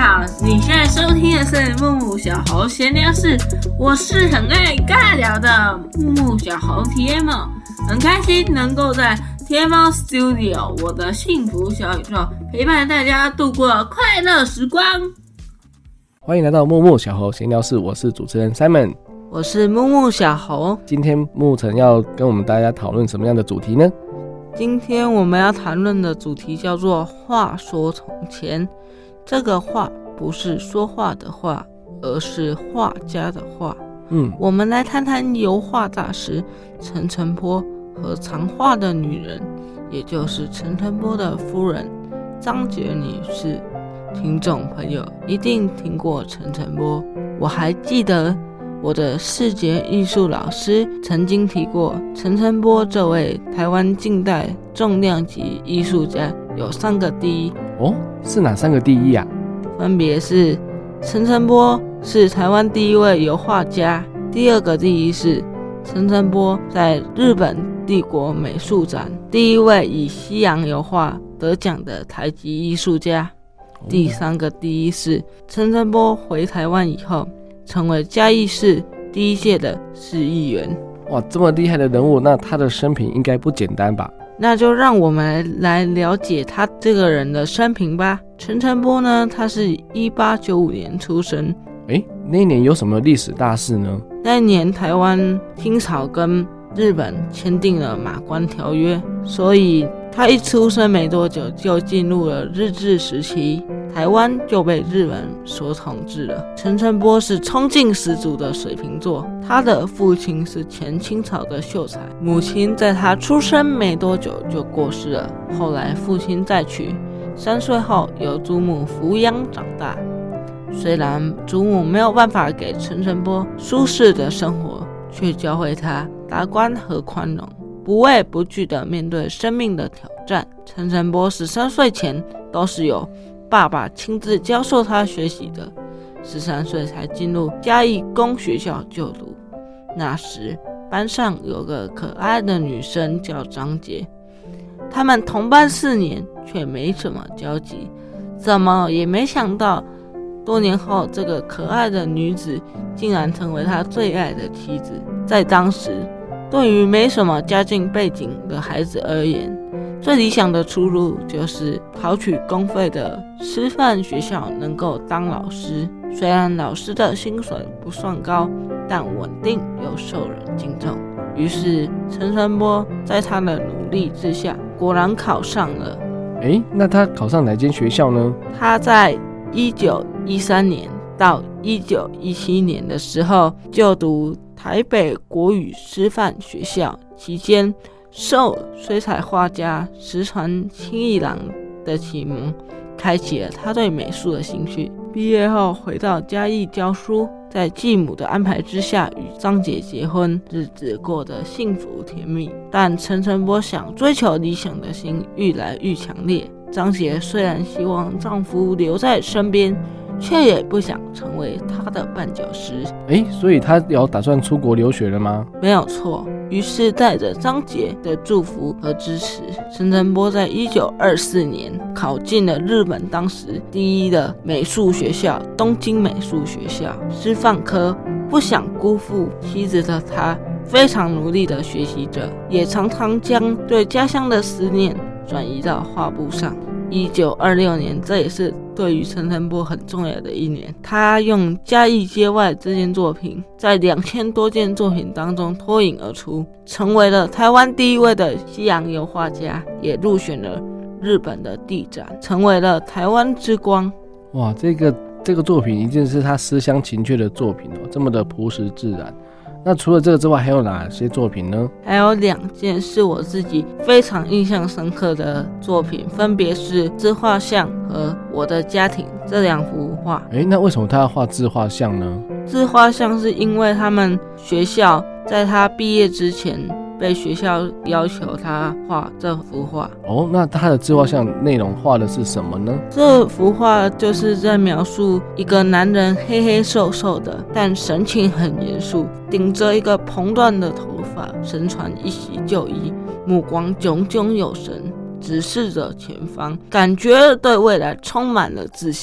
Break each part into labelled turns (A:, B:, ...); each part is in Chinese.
A: 好，你现在收听的是木木小猴闲聊室，我是很爱尬聊的木木小猴 TM， 很开心能够在天猫 Studio 我的幸福小宇宙陪伴大家度过快乐时光。
B: 欢迎来到木木小猴闲聊室，我是主持人 Simon，
A: 我是木木小猴。
B: 今天木城要跟我们大家讨论什么样的主题呢？
A: 今天我们要谈论的主题叫做话说从前。这个话不是说话的话，而是画家的画。我们来谈谈油画大师陈澄波和藏画的女人，也就是陈澄波的夫人张捷女士。听众朋友一定听过陈澄波，我还记得我的视觉艺术老师曾经提过，陈澄波这位台湾近代重量级艺术家有3个第一。
B: 是哪3个第一啊？分
A: 别是陈澄波是台湾第一位油画家，第2个第一是陈澄波在日本帝国美术展第一位以西洋油画得奖的台籍艺术家，第3个第一是陈澄波回台湾以后成为嘉义市第1届的市议员。
B: 哇，这么厉害的人物，那他的生平应该不简单吧？
A: 那就让我们来了解他这个人的生平吧。陈澄波呢，他是1895年出生。
B: 那一年有什么历史大事呢？
A: 那一年台湾清朝跟日本签订了马关条约，所以他一出生没多久就进入了日治时期，台湾就被日本所统治了。陈澄波是冲劲十足的水瓶座，他的父亲是前清朝的秀才，母亲在他出生没多久就过世了，后来父亲再娶，3岁后由祖母抚养长大。虽然祖母没有办法给陈澄波舒适的生活，却教会他达观和宽容，不畏不惧地面对生命的挑战。陈澄波13岁前都是由爸爸亲自教授他学习的，13岁才进入嘉义公学校就读。那时班上有个可爱的女生叫张捷，他们同班4年，却没什么交集。怎么也没想到，多年后这个可爱的女子竟然成为他最爱的妻子。在当时，对于没什么家境背景的孩子而言，最理想的出路就是考取公费的师范学校能够当老师。虽然老师的薪水不算高，但稳定又受人敬重。于是陈澄波在他的努力之下，果然考上了。
B: 那他考上哪间学校呢？
A: 他在1913年到1917年的时候就读台北国语师范学校，期间受水彩画家石川清一郎的启蒙，开启了他对美术的兴趣。毕业后回到嘉义教书，在继母的安排之下与张捷结婚，日子过得幸福甜蜜。但陈澄波想追求理想的心愈来愈强烈。张捷虽然希望丈夫留在身边，却也不想成为他的绊脚石。
B: 所以他有打算出国留学了吗？
A: 没有错。于是带着张捷的祝福和支持，陈澄波在1924年考进了日本当时第1的美术学校东京美术学校师范科。不想辜负妻子的他，非常努力的学习着，也常常将对家乡的思念转移到画布上。1926年，这也是对于陈澄波很重要的一年。他用嘉义街外这件作品，在2000多件作品当中脱颖而出，成为了台湾第1位的西洋油画家，也入选了日本的地展，成为了台湾之光。
B: 哇，这个作品一定是他思乡情切的作品这么的朴实自然。那除了这个之外，还有哪些作品呢？还有
A: 2件是我自己非常印象深刻的作品，分别是自画像和我的家庭这2幅画。
B: 那为什么他要画自画像呢？
A: 自画像是因为他们学校在他毕业之前被学校要求他画这幅画。
B: 那他的自画像内容画的是什么呢？
A: 这幅画就是在描述一个男人黑黑瘦瘦的，但神情很严肃，顶着一个蓬乱的头发，身穿一袭旧衣，目光炯炯有神，直视着前方，感觉对未来充满了自信。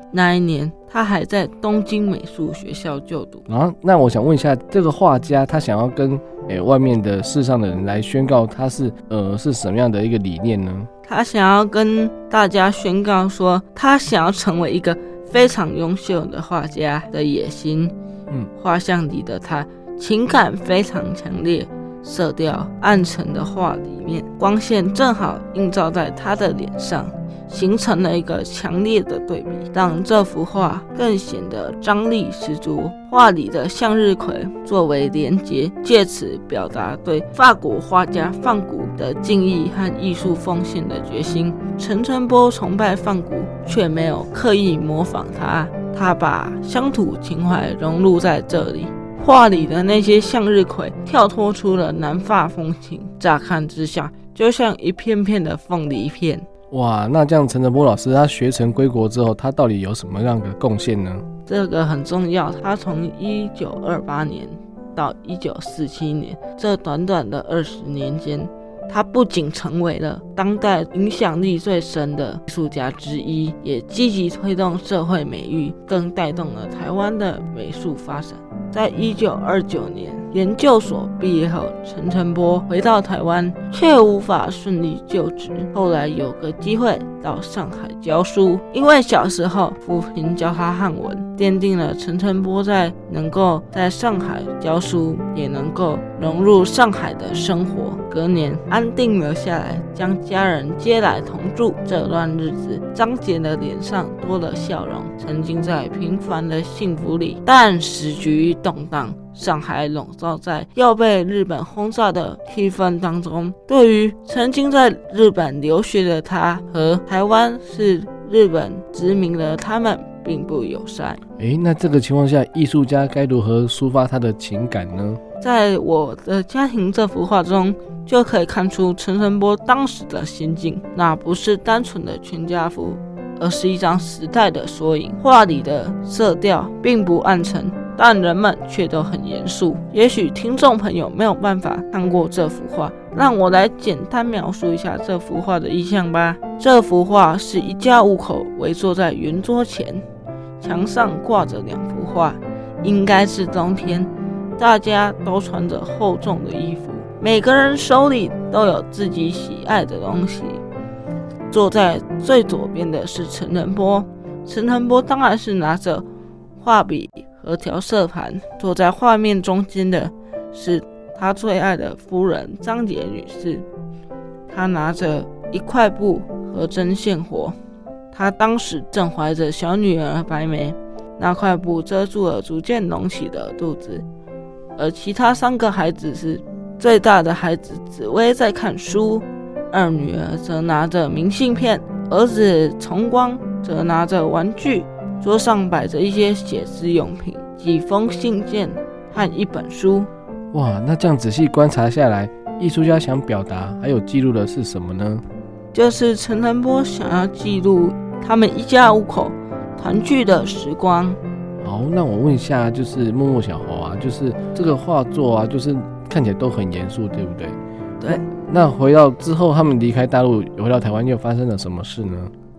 A: 那一年他还在东京美术学校就读。
B: 那我想问一下，这个画家他想要跟外面的世上的人来宣告他是什么样的一个理念呢？
A: 他想要跟大家宣告说，他想要成为一个非常优秀的画家的野心。画像里的他情感非常强烈，色调暗沉的画里面，光线正好映照在他的脸上，形成了一个强烈的对比，让这幅画更显得张力十足。画里的向日葵作为连结，借此表达对法国画家梵谷的敬意和艺术奉献的决心。陈澄波崇拜梵谷，却没有刻意模仿他把乡土情怀融入在这里。画里的那些向日葵跳脱出了南法风情，乍看之下就像一片片的凤梨片。
B: 哇，那这样陈澄波老师他学成归国之后，他到底有什么样的贡献呢？
A: 这个很重要，他从1928年到1947年这短短的20年间，他不仅成为了当代影响力最深的艺术家之一，也积极推动社会美育，更带动了台湾的美术发展。在1929年研究所毕业后，陈澄波回到台湾，却无法顺利就职。后来有个机会到上海教书，因为小时候父亲教他汉文，奠定了陈澄波能够在上海教书，也能够融入上海的生活。隔年安定了下来，将家人接来同住。这段日子，张杰的脸上多了笑容，沉浸在平凡的幸福里。但时局动荡，上海笼罩在要被日本轰炸的气氛当中。对于曾经在日本留学的他，和台湾是日本殖民了他们，并不友善。
B: 那这个情况下，艺术家该如何抒发他的情感呢？
A: 在我的家庭这幅画中，就可以看出陈澄波当时的心境，那不是单纯的全家福，而是一张时代的缩影。画里的色调并不暗沉，但人们却都很严肃。也许听众朋友没有办法看过这幅画，让我来简单描述一下这幅画的意象吧。这幅画是一家五口围坐在圆桌前，墙上挂着2幅画，应该是冬天，大家都穿着厚重的衣服，每个人手里都有自己喜爱的东西。坐在最左边的是陈澄波，陈澄波当然是拿着画笔和调色盘。坐在画面中间的是他最爱的夫人张杰女士，她拿着一块布和针线活。她当时正怀着小女儿白梅，那块布遮住了逐渐隆起的肚子。而其他3个孩子是，最大的孩子紫薇在看书，二女儿则拿着明信片，儿子崇光则拿着玩具。桌上摆着一些写字用品，几封信件和一本书。
B: 哇，那这样仔细观察下来，艺术家想表达还有记录的是什么呢？
A: 就是陈澄波想要记录他们一家五口团聚的时光。
B: 好，那我问一下，就是默默小猴啊，就是这个画作啊，就是看起来都很严肃，对不对？
A: 对。
B: 那回到之后，他们离开大陆，回到台湾，又发生了什么事呢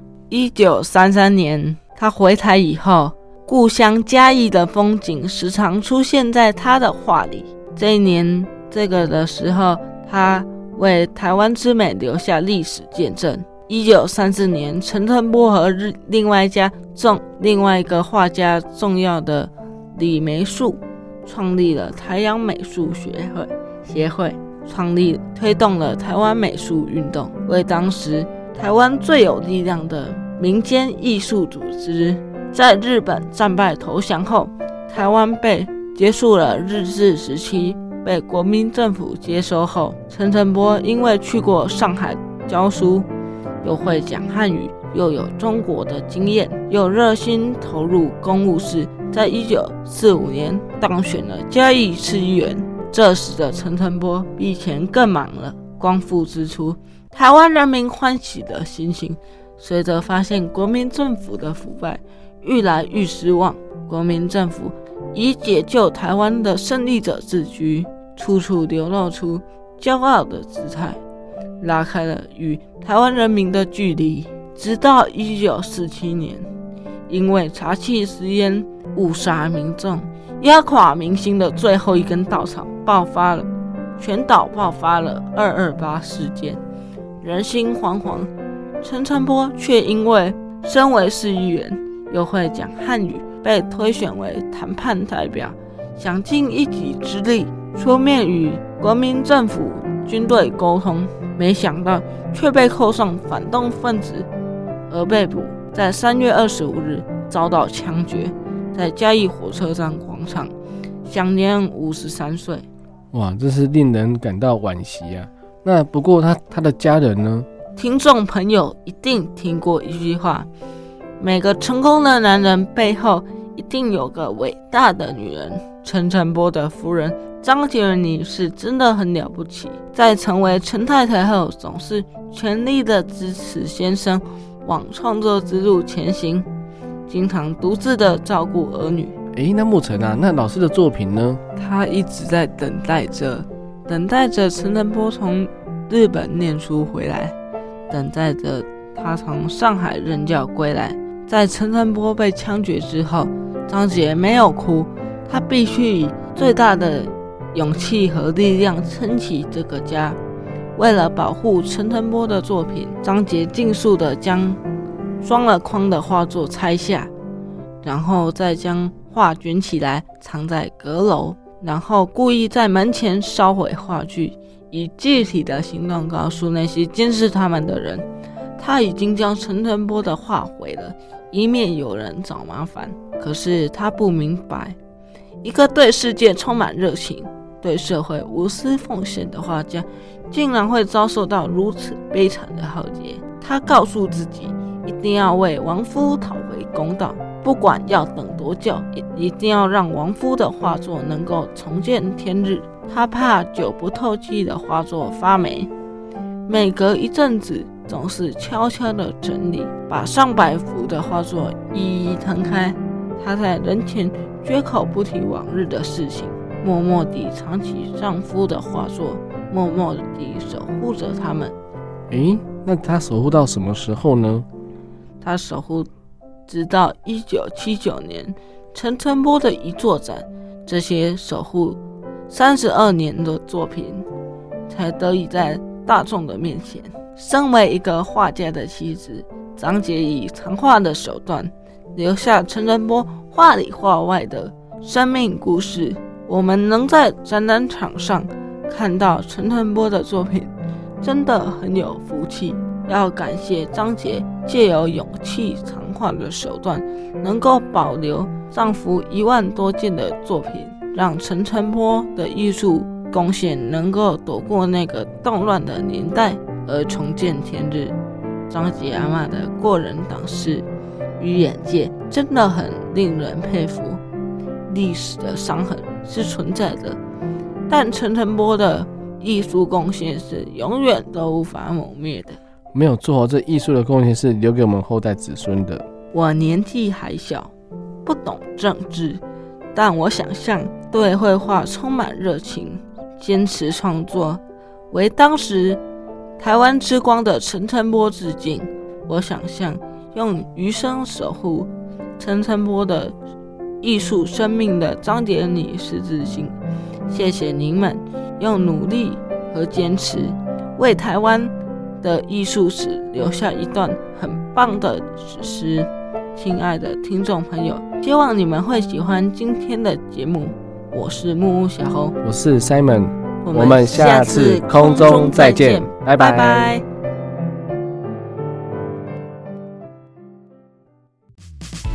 A: ？1933年，他回台以后，故乡嘉义的风景时常出现在他的画里。这一年这个的时候，他为台湾之美留下历史见证。1934年，陈澄波和另外一个画家重要的李梅树创立了台洋美术协会，推动了台湾美术运动，为当时台湾最有力量的民间艺术组织。在日本战败投降后，台湾被结束了日治时期，被国民政府接收后，陈澄波因为去过上海教书，又会讲汉语，又有中国的经验，又热心投入公务事，在1945年当选了嘉义市议员。这时的陈澄波比以前更忙了，光复之初，台湾人民欢喜的心情随着发现国民政府的腐败愈来愈失望。国民政府以解救台湾的胜利者自居，处处流露出骄傲的姿态，拉开了与台湾人民的距离。直到1947年， 因为查缉私烟误杀民众，压垮民心的最后一根稻草全岛爆发了228事件，人心惶惶。陈澄波却因为身为市议员，又会讲汉语，被推选为谈判代表，想尽一己之力出面与国民政府军队沟通，没想到却被扣上反动分子而被捕，在3月25日遭到枪决，在嘉义火车站广场，享年53岁。
B: 哇，真是令人感到惋惜啊！那不过他的家人呢？
A: 听众朋友一定听过一句话，每个成功的男人背后一定有个伟大的女人。陈澄波的夫人张洁儿女士真的很了不起，在成为陈太太后，总是全力的支持先生往创作之路前行，经常独自的照顾儿女。
B: 那牧尘啊，那老师的作品呢？
A: 他一直在等待着陈澄波从日本念书回来，等待着他从上海任教归来。在陈澄波被枪决之后，张杰没有哭，他必须以最大的勇气和力量撑起这个家。为了保护陈澄波的作品，张杰尽速的将装了框的画作拆下，然后再将画卷起来藏在阁楼，然后故意在门前烧毁画具，以具体的行动告诉那些监视他们的人，他已经将陈澄波的画毁了，以免有人找麻烦。可是他不明白，一个对世界充满热情、对社会无私奉献的画家，竟然会遭受到如此悲惨的浩劫。他告诉自己，一定要为亡夫讨回公道，不管要等多久，一定要让亡夫的画作能够重见天日。他怕久不透气的画作发霉，每隔一阵子总是悄悄地整理，把上百幅的画作一一摊开。他在人前绝口不提往日的事情，默默地藏起丈夫的画作，默默地守护着他们。
B: 那他守护到什么时候呢？
A: 他守护直到1979年陈澄波的遗作展，这些守护32年的作品才得以在大众的面前。身为一个画家的妻子，张洁以长画的手段留下陈澄波画里画外的生命故事。我们能在展览场上看到陈澄波的作品，真的很有福气。要感谢张洁借由勇气长画的手段，能够保留丈夫1万多件的作品，让陈澄波的艺术贡献能够躲过那个动乱的年代而重见天日。张洁阿嬷的过人档视与眼界真的很令人佩服。历史的伤痕是存在的，但陈澄波的艺术贡献是永远都无法抹灭的。
B: 没有错，这艺术的贡献是留给我们后代子孙的。
A: 我年纪还小，不懂政治，但我想象对绘画充满热情，坚持创作，为当时台湾之光的陈澄波致敬。我想象用余生守护陈澄波的艺术生命的张洁女士致敬。谢谢您们用努力和坚持为台湾的艺术史留下一段很棒的史诗。亲爱的听众朋友，希望你们会喜欢今天的节目。我是木屋小猴，
B: 我是 Simon， 我们下次空中再见，拜拜。